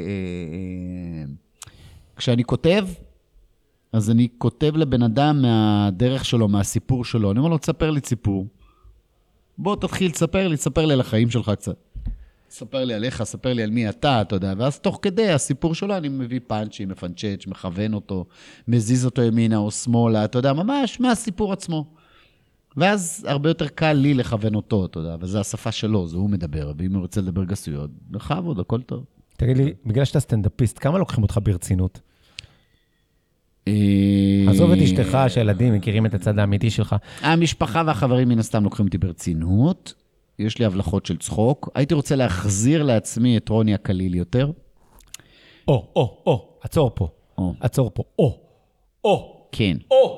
כשאני כותב, אז אני כותב לבן אדם מהדרך שלו, מהסיפור שלו. אני אומר לו, תספר לי סיפור. בוא תתחיל, תספר לי על החיים שלך קצת. ספר לי עליך, ספר לי על מי אתה יודע, ואז תוך כדי הסיפור שלו אני מביא פאנצ'י, מפנצ'ץ', מכוון אותו, מזיז אותו ימינה או שמאלה, אתה יודע, ממש מהסיפור עצמו. ואז הרבה יותר קל לי לכוון אותו, אתה יודע, וזה השפה שלו, זה הוא מדבר, ואם הוא רוצה לדבר גסויות, בכבוד, הכל טוב. תגיד לי, בגלל שאתה סטנדאפיסט, כמה לוקחים אותך ברצינות? עזוב את אשתך, שהילדים מכירים את הצד האמיתי שלך. המשפחה והחברים מן הסתם לוקחים אותי ברצינות, יש לי הבלחות של צחוק. הייתי רוצה להחזיר לעצמי את רוני הקליל יותר. עצור פה. כן.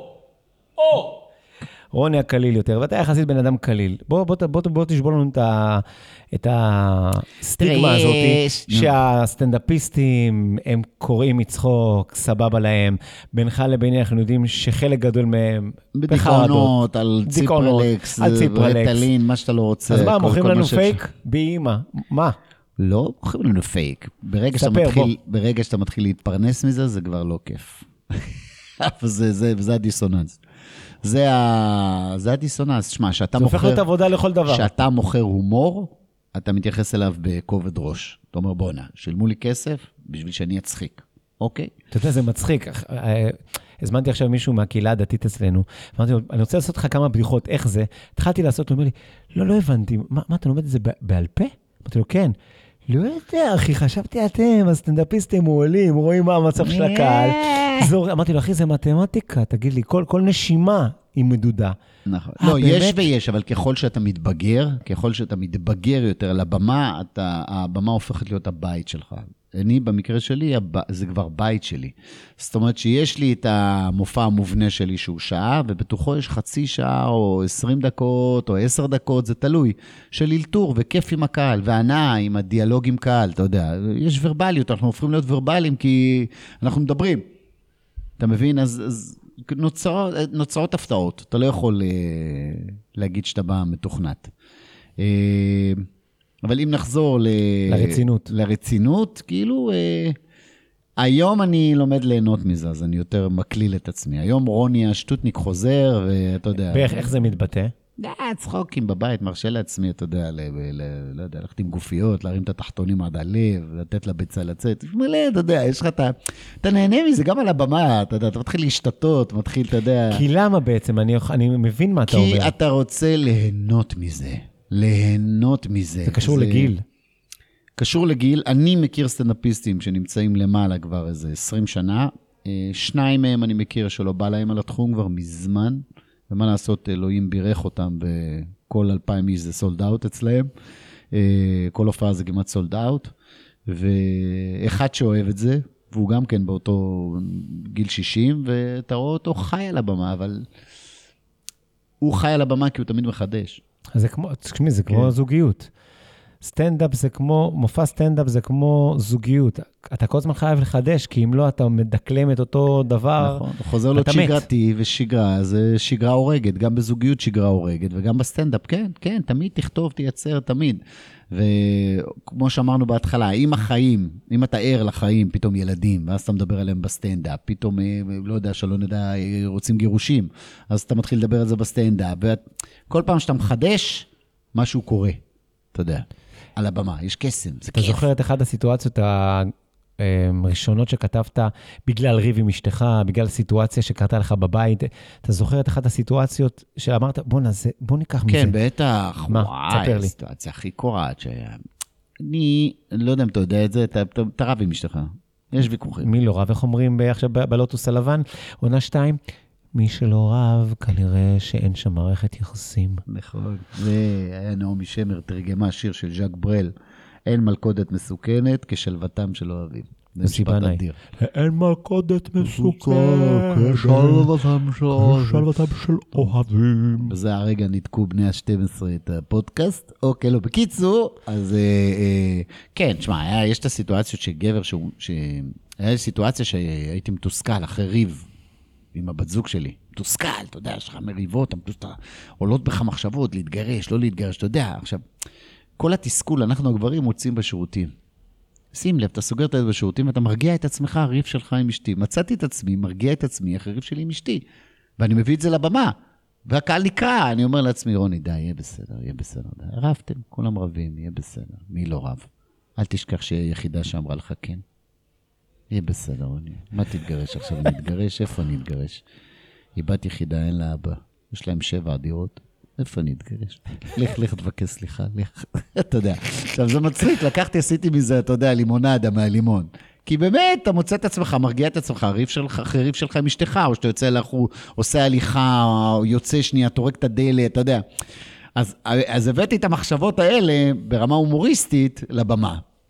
רוני הקליל יותר, ואתה יחסית בן אדם קליל. בוא תשבור לנו את הסטיגמה הזאת, שהסטנדאפיסטים הם קוראים מצחוק, סבבה להם. בינך לביני אנחנו יודעים שחלק גדול מהם בדיכאונות, על ציפרלקס, רטלין, מה שאתה לא רוצה. אז מה, מוכרים לנו פייק? באמא, מה? לא מוכרים לנו פייק. ברגע שאתה מתחיל להתפרנס מזה, זה כבר לא כיף. וזה הדיסוננס. זה הדיסוננס. שמה, שאתה מוכר... זה הופך להיות עבודה לכל דבר. שאתה מוכר הומור, אתה מתייחס אליו בכובד ראש. אתה אומר, בונה, שילמו לי כסף בשביל שאני אצחיק. אוקיי? אתה יודע, זה מצחיק. הזמנתי עכשיו מישהו מהקהילה הדתית אצלנו, אמרתי לו, אני רוצה לעשות לך כמה בדיחות, איך זה? התחלתי לעשות, הוא אומר לי, לא הבנתי, מה, אתה לומד את זה בעל פה? אמרתי לו, כן. לא יודע, אחי, חשבתי אתם, הסטנדאפיסטים מועלים, רואים מה המצב של הקהל. אמרתי לו, אחי, זה מתמטיקה, תגיד לי, כל נשימה היא מדודה. נכון. לא, יש ויש, אבל ככל שאתה מתבגר יותר לבמה, הבמה הופכת להיות הבית שלך. אני, במקרה שלי, זה כבר בית שלי. זאת אומרת שיש לי את המופע המובנה שלי שהוא שעה, ובתוכו יש חצי שעה או 20 דקות או 10 דקות, זה תלוי, של אלתור וכיף עם הקהל, והנאה עם הדיאלוג עם קהל, אתה יודע, יש ורבליות, אנחנו הופכים להיות ורבליים כי אנחנו מדברים. אתה מבין? אז נוצרות הפתעות, אתה לא יכול להגיד שאתה בא מתוכנת. אבל אם נחזור לרצינות, כאילו, היום אני לומד ליהנות מזה, אז אני יותר מקליל את עצמי. היום רוני השטוטניק חוזר, ואתה יודע... איך זה מתבטא? צחוקים בבית, מרשה לעצמי, אתה יודע, לא יודע, ללכת עם גופיות, להרים את התחתונים עד הלב, לתת לביצה לצאת. מלא, אתה יודע, יש לך אתה נהנה מזה גם על הבמה, אתה יודע, אתה מתחיל להשתתות, מתחיל, אתה יודע... כי למה בעצם? אני מבין מה אתה אומר. כי אתה רוצה ליהנות מזה. זה קשור לגיל. קשור לגיל. אני מכיר סטנדאפיסטים שנמצאים למעלה כבר איזה 20 שנה. 2 מהם אני מכיר שלא בא להם על התחום כבר מזמן. ומה לעשות, אלוהים בירך אותם בכל 2,000 איש זה סולד אאוט אצלהם. כל הופעה זה כמעט סולד אאוט. ואחד שאוהב את זה, והוא גם כן באותו גיל 60, ואתה רואה אותו חי על הבמה, אבל הוא חי על הבמה כי הוא תמיד מחדש. זה כמו זוגיות. סטנדאפ זה כמו, מופע סטנדאפ זה כמו זוגיות. אתה כל הזמן חייב לחדש, כי אם לא, אתה מדקלם את אותו דבר. נכון, חוזר לו שגרתי ושגרה, זה שגרה הורגת, גם בזוגיות שגרה הורגת, וגם בסטנדאפ, כן, תמיד תכתוב, תייצר, תמיד. וכמו שאמרנו בהתחלה, אם אתה ער לחיים, פתאום ילדים, ואז אתה מדבר עליהם בסטנדאפ, פתאום, לא יודע, שלא נדע, רוצים גירושים, אז אתה מתחיל לדבר על זה בסטנדאפ, וכל פעם שאתה מחדש, משהו קורה, אתה יודע, על הבמה, יש קסם, זה כיף. אתה זוכר את אחת הסיטואציות הראשונות שכתבת, בגלל ריב עם אשתך, בגלל סיטואציה שקרתה לך בבית, אתה זוכר את אחת הסיטואציות שאמרת, בוא ניקח מזה. כן, בטח, מה? תספר לי. הסיטואציה הכי קורעת שהיה. אני לא יודע אם אתה יודע את זה, אתה רב עם אשתך, יש ויכוחים. מי לא רב? איך אומרים עכשיו בלוטוס הלבן? עונה 2, מי שלא רב, כנראה שאין שם מערכת יחסים. נכון. זה היה נעמי שמר, תרגמה שיר של ז'אק ברל. אין מלכודת מסוכנת כשלוותם של אוהבים. זה משפט אדיר. אין מלכודת מסוכנת כשלוותם של אוהבים. בזה הרגע ניתקו בני ה-12 את הפודקאסט. אוקיי, לא, בקיצור, אז כן, תשמע, יש את הסיטואציות שגבר, היה סיטואציה שהייתי מתוסכל אחרי ריב, עם הבת זוג שלי, מתוסכל, אתה יודע, יש לך מריבות, עולות בך מחשבות, להתגרש, לא להתגרש, אתה יודע, עכשיו, כל התסכול, אנחנו הגברים מוצאים בשירותים. שים לב, אתה סוגר את זה בשירותים, ואתה מרגיע את עצמך, הריב שלך עם אשתי. מצאתי את עצמי, מרגיע את עצמי, אחרי ריב שלי עם אשתי. ואני מביא את זה לבמה, והקהל נקרא, אני אומר לעצמי, רוני, די, יהיה בסדר, די. רבתם, כולם רבים, יהיה בסדר. מי לא רב? אל תשכח שיהיה יחידה שאמרה לך כן. יהיה בסדר, רוני. מה תתגרש עכשיו? אני אתגרש? איפה אני אתגרש? היא בת יחידה, אין לה אבא. יש להם 7 דירות. איפה אני אתגרש? לך תבקש סליחה, לך. אתה יודע. עכשיו, זה מצחיק. עשיתי מזה, אתה יודע, לימונדה מהלימון. כי באמת, אתה מוצא את עצמך, מרגיע את עצמך, אחרי ריב שלך עם אשתך, או שאתה יוצא לחו, עושה הליכה, או יוצא שנייה, תורק את הדלת, אתה יודע. אז הבאתי את המחשבות האלה ברמה הומוריסטית לבמה.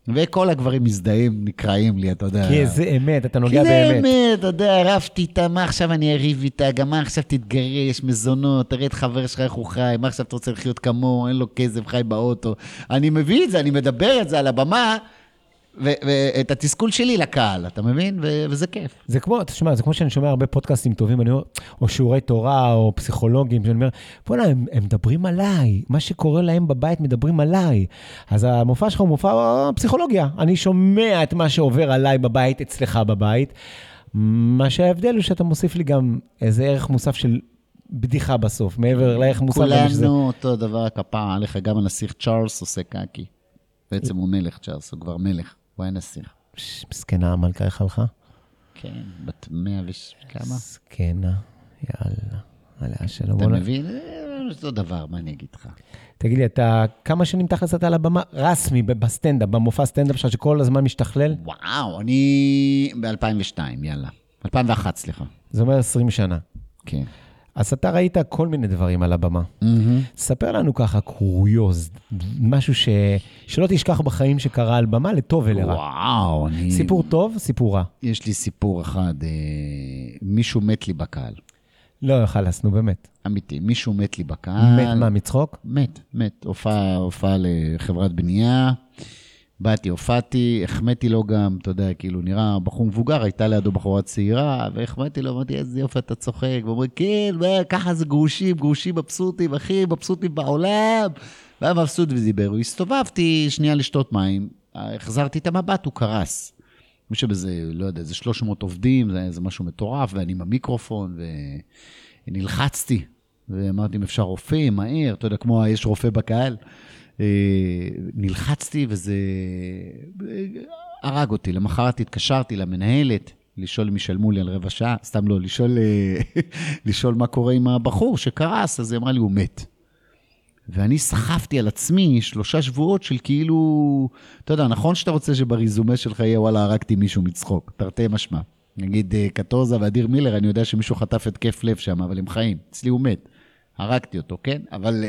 וכל הגברים מזדהים, נקראים לי, אתה יודע. כי זה אמת, אתה נוגע כי זה באמת. אמת, אתה יודע, רבתי איתה, מה עכשיו אני אריב איתה, גם מה עכשיו תתגרש, מזונות, תראה את חבר שלך איך הוא חי, מה עכשיו אתה רוצה לחיות כמוהו, אין לו כסף, חי באוטו. אני מביא את זה, אני מדבר את זה על הבמה, ואת התסכול שלי לקהל, אתה מבין? וזה כיף. זה כמו, תשמע, זה כמו שאני שומע הרבה פודקאסטים טובים, אני אומר, או שיעורי תורה, או פסיכולוגים, שאני אומר, בוא'נה, הם מדברים עליי, מה שקורה להם בבית מדברים עליי. אז המופע שלך הוא מופע פסיכולוגיה. אני שומע את מה שעובר עליי בבית, אצלך בבית. מה שההבדל הוא שאתה מוסיף לי גם איזה ערך מוסף של בדיחה בסוף, מעבר לערך מוסף. כולנו אותו דבר, הכפרה עליך, גם הנסיך צ'ארלס עושה קקי. בעצם הוא מלך צ'ארלס, הוא כבר מלך. הוא היה נסיך. מסכנה, המלכה איך הלכה? כן, בת 100 וכמה? מסכנה, יאללה. עליה שלום. אתה מבין? זה דבר, מה אני אגיד לך? תגיד לי, אתה כמה שנים תכלס אתה על הבמה? רסמי, בסטנדאפ, במופע סטנדאפ שלך שכל הזמן משתכלל? וואו, אני ב-2002, יאללה. 2001, סליחה. זה אומר 20 שנה. כן. אז אתה ראית כל מיני דברים על הבמה. ספר לנו ככה קוריוז, משהו שלא תשכח בחיים שקרה על במה, לטוב ולרע. וואו, אני... סיפור טוב, סיפור רע. יש לי סיפור אחד, מישהו מת לי בקהל. לא, חלס, נו באמת. אמיתי, מישהו מת לי בקהל. מת מה, מצחוק? מת. הופעה לחברת בנייה, באתי, הופעתי, החמאתי לו גם, אתה יודע, כאילו נראה בחור מבוגר, הייתה לידו בחורה צעירה, והחמאתי לו, אמרתי, איזה יופי אתה צוחק, ואומרים, כן, ככה זה גרושים מבסוטים, הכי מבסוטים בעולם, והיה מבסוט ודיבר, הסתובבתי שנייה לשתות מים, החזרתי את המבט, הוא קרס. מישהו בזה, לא יודע, זה 300 עובדים, זה משהו מטורף, ואני עם המיקרופון, ונלחצתי, ואמרתי, אם אפשר רופא, מהר, אתה יודע, כמו יש רופא בקהל, נלחצתי וזה הרג אותי. למחרת התקשרתי למנהלת, לשאול אם ישלמו לי על רבע שעה, סתם לא, לשאול מה קורה עם הבחור שקרס, אז היא אמרה לי, הוא מת. ואני סחפתי על עצמי 3 שבועות של כאילו, אתה יודע, נכון שאתה רוצה שבריזומה שלך יהיה, וואלה, הרגתי מישהו מצחוק, תרתי משמע. נגיד קטורזה ואדיר מילר, אני יודע שמישהו חטף את כיף לב שם, אבל הם חיים. אצלי הוא מת. הרגתי אותו, כן? אבל...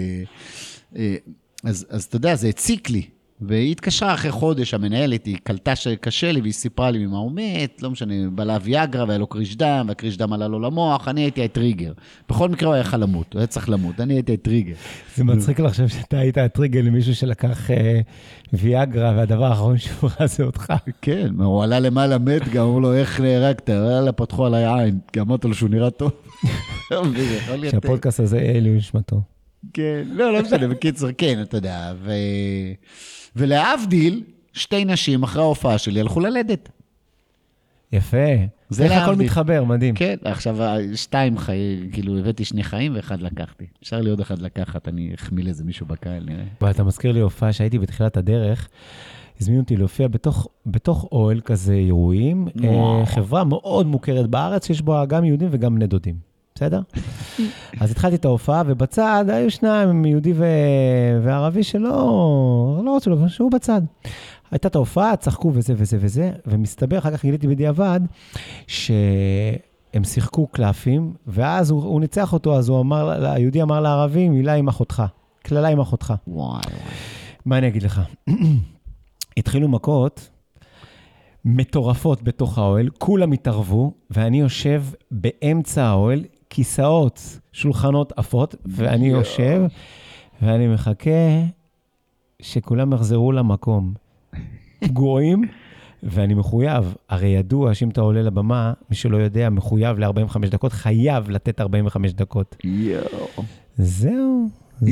אז אתה יודע, זה הציק לי, והיא התקשרה אחרי חודש, המנהלת, היא קלטה שקשה לי, והיא סיפרה לי ממה הוא מת, לא משנה, בלה ויאגרה, והיה לו קריש דם, והקריש דם עלה לו למוח, אני הייתי הטריגר. בכל מקרה הוא היה יכול למות, הוא היה צריך למות, אני הייתי הטריגר. זה מצחיק לחשוב שאתה היית הטריגר למישהו שלקח ויאגרה, והדבר האחרון שהוא ראה זה אותך. כן, הוא עלה למעלה מת, גם אמרו לו, איך נהרגת? עלה, פתחו עליי עין, כי אמרת לו שהוא נראה טוב. שהפודקאסט הזה אלו נשמתו. כן, לא משנה, בקיצור, כן, אתה יודע, ולהבדיל, 2 נשים אחרי ההופעה שלי הלכו ללדת. יפה. זה הכל מתחבר, מדהים. כן, עכשיו 2 חיים, כאילו הבאתי 2 חיים ו1 לקחתי. אפשר לי עוד 1 לקחת, אני אחמיא לזה מישהו בקהל, נראה. ואתה מזכיר לי הופעה שהייתי בתחילת הדרך, הזמינו אותי להופיע בתוך אוהל כזה אירועים, חברה מאוד מוכרת בארץ, שיש בו גם יהודים וגם בני דודים. בסדר? אז התחלתי את ההופעה, ובצד היו 2, יהודי וערבי שלא רצו לו, שהוא בצד. הייתה את ההופעה, צחקו וזה וזה וזה, ומסתבר, אחר כך גיליתי בדיעבד, שהם שיחקו קלפים, ואז הוא ניצח אותו, אז היהודי אמר לערבי, מילה עם אחותך, כללה עם אחותך. וואי. מה אני אגיד לך? התחילו מכות, מטורפות בתוך האוהל, כולם התערבו, ואני יושב באמצע האוהל, כיסאות, שולחנות עפות, ואני יושב, ואני מחכה שכולם יחזרו למקום. פגועים, ואני מחויב, הרי ידוע שאם אתה עולה לבמה, מי שלא יודע, מחויב ל-45 דקות, חייב לתת 45 דקות. זהו.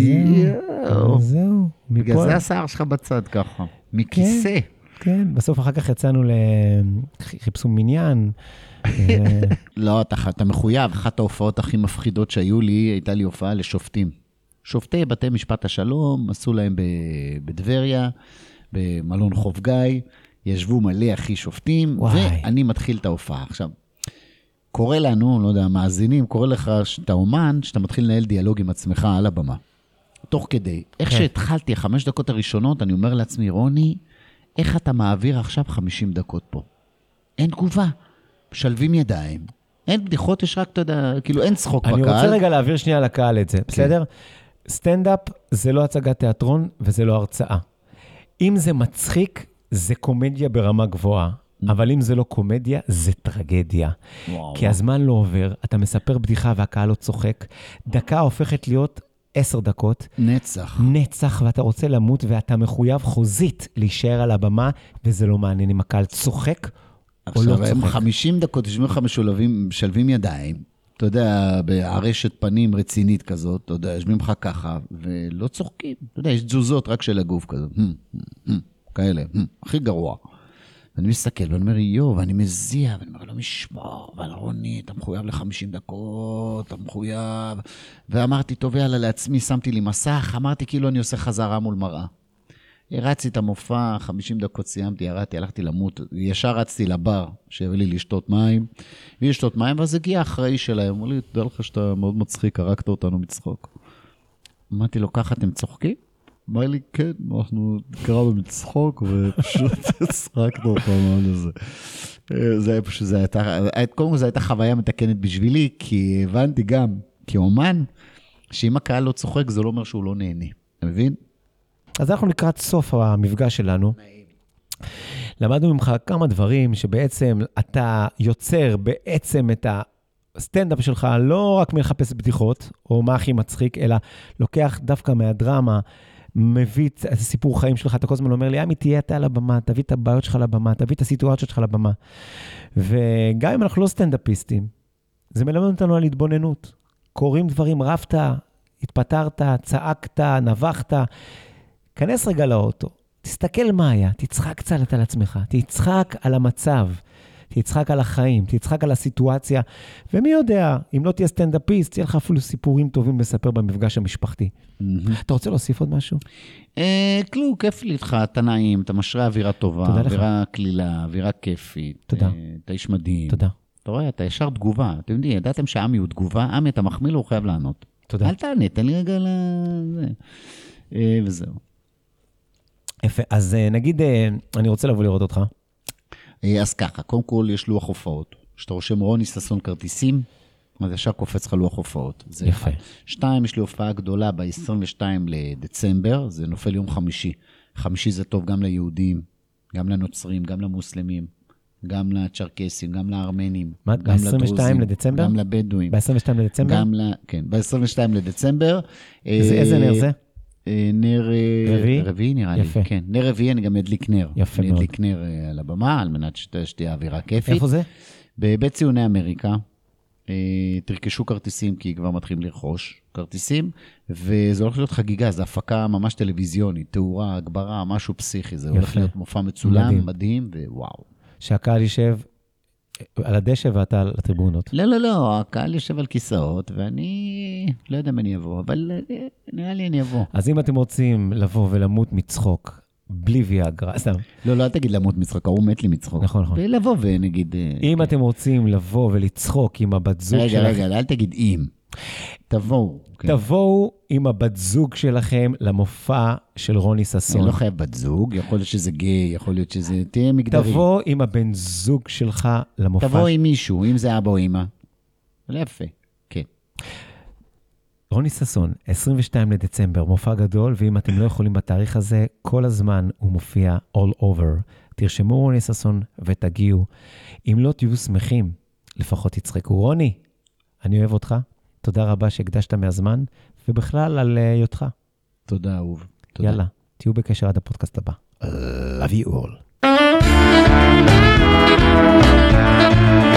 בגלל זה השיער שלך בצד ככה, מכיסא. כן, בסוף אחר כך יצאנו לחיפשו מניין. לא, אתה מחויב. אחת ההופעות הכי מפחידות שהיו לי, הייתה לי הופעה לשופטים. שופטי בתי משפט השלום, עשו להם בדבריה, במלון חוף גיא, ישבו מלא אחי שופטים, ואני מתחיל את ההופעה. עכשיו, קורא לנו, לא יודע, מאזינים, קורא לך שאתה אומן, שאתה מתחיל לנהל דיאלוג עם עצמך על הבמה. תוך כדי, איך שהתחלתי, 5 דקות הראשונות, אני אומר לעצמי, רוני, איך אתה מעביר עכשיו 50 דקות פה? אין תגובה, שלבים ידיים, אין בדיחות, יש רק, אתה יודע, כאילו אין צחוק בקהל. אני רוצה רגע להעביר שנייה לקהל את זה, בסדר? סטנדאפ זה לא הצגת תיאטרון וזה לא הרצאה. אם זה מצחיק, זה קומדיה ברמה גבוהה, אבל אם זה לא קומדיה, זה טרגדיה. כי הזמן לא עובר, אתה מספר בדיחה והקהל לא צוחק, דקה הופכת להיות 10 דקות. נצח, ואתה רוצה למות, ואתה מחויב חוזית להישאר על הבמה, וזה לא מעניין אם הקהל צוחק או לא צוחק. עכשיו, הם 50 דקות, ישמעו לך משלבים ידיים, אתה יודע, בארשת פנים רצינית כזאת, אתה יודע, ישבים לך ככה, ולא צוחקים. אתה יודע, יש תזוזות רק של הגוף כזאת. כאלה, הכי גרוע. ואני מסתכל, ואני אומר, ואני מזיע, ואני אומר, לא משמור, אבל רוני, אתה מחויב ל-50 דקות, אתה מחויב. ואמרתי, טוב, יאללה, לעצמי, שמתי לי מסך, אמרתי, כאילו אני עושה חזרה מול מראה. הרצתי את המופע, 50 דקות סיימתי, ירדתי, הלכתי למות, ישר רצתי לבר, שהביא לי לשתות מים, ולשתות מים, ואז הגיע אחראי שלהם, אמרו לי, תדע לך שאתה מאוד מצחיק, הרגת אותנו מצחוק. אמרתי לו, ככה אתם צוחקים? אמר לי, כן, אנחנו קראנו מצחוק, ופשוט צחקנו אותנו על זה. זה היה פשוט, קודם כל זו הייתה חוויה מתקנת בשבילי, כי הבנתי גם, כאומן, שאם הקהל לא צוחק, זה לא אומר שהוא לא נהנה. אתה מבין? אז אנחנו לקראת סוף המפגש שלנו. למדנו ממך כמה דברים שבעצם אתה יוצר בעצם את הסטנדאפ שלך, לא רק מלחפש בדיחות, או מה הכי מצחיק, אלא לוקח דווקא מהדרמה, מביא את הסיפור חיים שלך, אתה כל הזמן אומר לי, עמי, תהיה אתה על הבמה, תביא את הבעיות שלך לבמה, תביא את הסיטואציות שלך לבמה. וגם אם אנחנו לא סטנדאפיסטים, זה מלמד אותנו על התבוננות. קוראים דברים, רבת, התפטרת, צעקת, נבחת, כנס רגע לאוטו, תסתכל מה היה, תצחק קצת על עצמך, תצחק על המצב, תצחק על החיים, תצחק על הסיטואציה, ומי יודע, אם לא תהיה סטנדאפיסט, תהיה לך אפילו סיפורים טובים לספר במפגש המשפחתי. אתה רוצה להוסיף עוד משהו? כלום, כיף לי איתך, אתה נעים, אתה משרה אווירה טובה, אווירה כלילה, אווירה כיפית. תודה. אתה איש מדהים. תודה. אתה רואה, אתה ישר תגובה. אתם יודעים, ידעתם שעמי הוא תגובה, עמי, אתה מחמיא לו, הוא חייב לענות. תודה. אל תענה, תן לי רגע לזה. וזהו. יפה, אז נגיד, אני רוצה לבוא לראות אותך. אז ככה, קודם כל יש לוח הופעות. כשאתה רושם רוני ששון כרטיסים, אז ישר קופץ לך לוח הופעות. יפה. 2, יש לי הופעה גדולה ב-22 לדצמבר, זה נופל יום חמישי. חמישי זה טוב גם ליהודים, גם לנוצרים, גם למוסלמים, גם לצ'רקסים, גם לארמנים, מה, גם לדרוזים, ב-22 לדצמבר? גם לבדואים. ב-22 לדצמבר? כן, ב-22 לדצמבר. איזה נר זה? נר רביעי נראה לי. יפה. כן, נר רביעי אני גם אדליק נר. יפה מאוד. אני אדליק נר על הבמה, על מנת שתהיה אווירה כיפית. איפה זה? בבית ציוני אמריקה. תרכשו כרטיסים, כי כבר מתחילים לרכוש כרטיסים, וזה הולך להיות חגיגה, זו הפקה ממש טלוויזיונית, תאורה, הגברה, משהו פסיכי, זה הולך להיות מופע מצולם, מדהים, ווואו. שהקהל יישב על הדשא ואתה על הטריבונות. לא, הקהל יושב על כיסאות, ואני לא יודע אם אני אבוא, אבל נראה לי אני אבוא. אז אם אתם רוצים לבוא ולמות מצחוק, בלי ויאגרה, סתם. לא, אל תגיד למות מצחוק, הוא מת לי מצחוק. נכון. ולבוא ונגיד... אם אתם רוצים לבוא ולצחוק עם הבת זוג שלכם... רגע, אל תגיד אם. תבואו. תבואו עם הבת זוג שלכם למופע של רוני ששון. אני לא חייב בת זוג, יכול להיות שזה גיי, יכול להיות שזה... תהיה מגדרי. תבוא עם הבן זוג שלך למופע. תבוא עם מישהו, אם זה אבא או אמא. זה יפה, כן. רוני ששון, 22 לדצמבר, מופע גדול, ואם אתם לא יכולים בתאריך הזה, כל הזמן הוא מופיע all over. תרשמו רוני ששון ותגיעו. אם לא תהיו שמחים, לפחות תצחקו. רוני, אני אוהב אותך. תודה רבה שהקדשת מהזמן, ובכלל על היותך. תודה, אהוב. יאללה, תהיו בקשר עד הפודקאסט הבא. Love you all.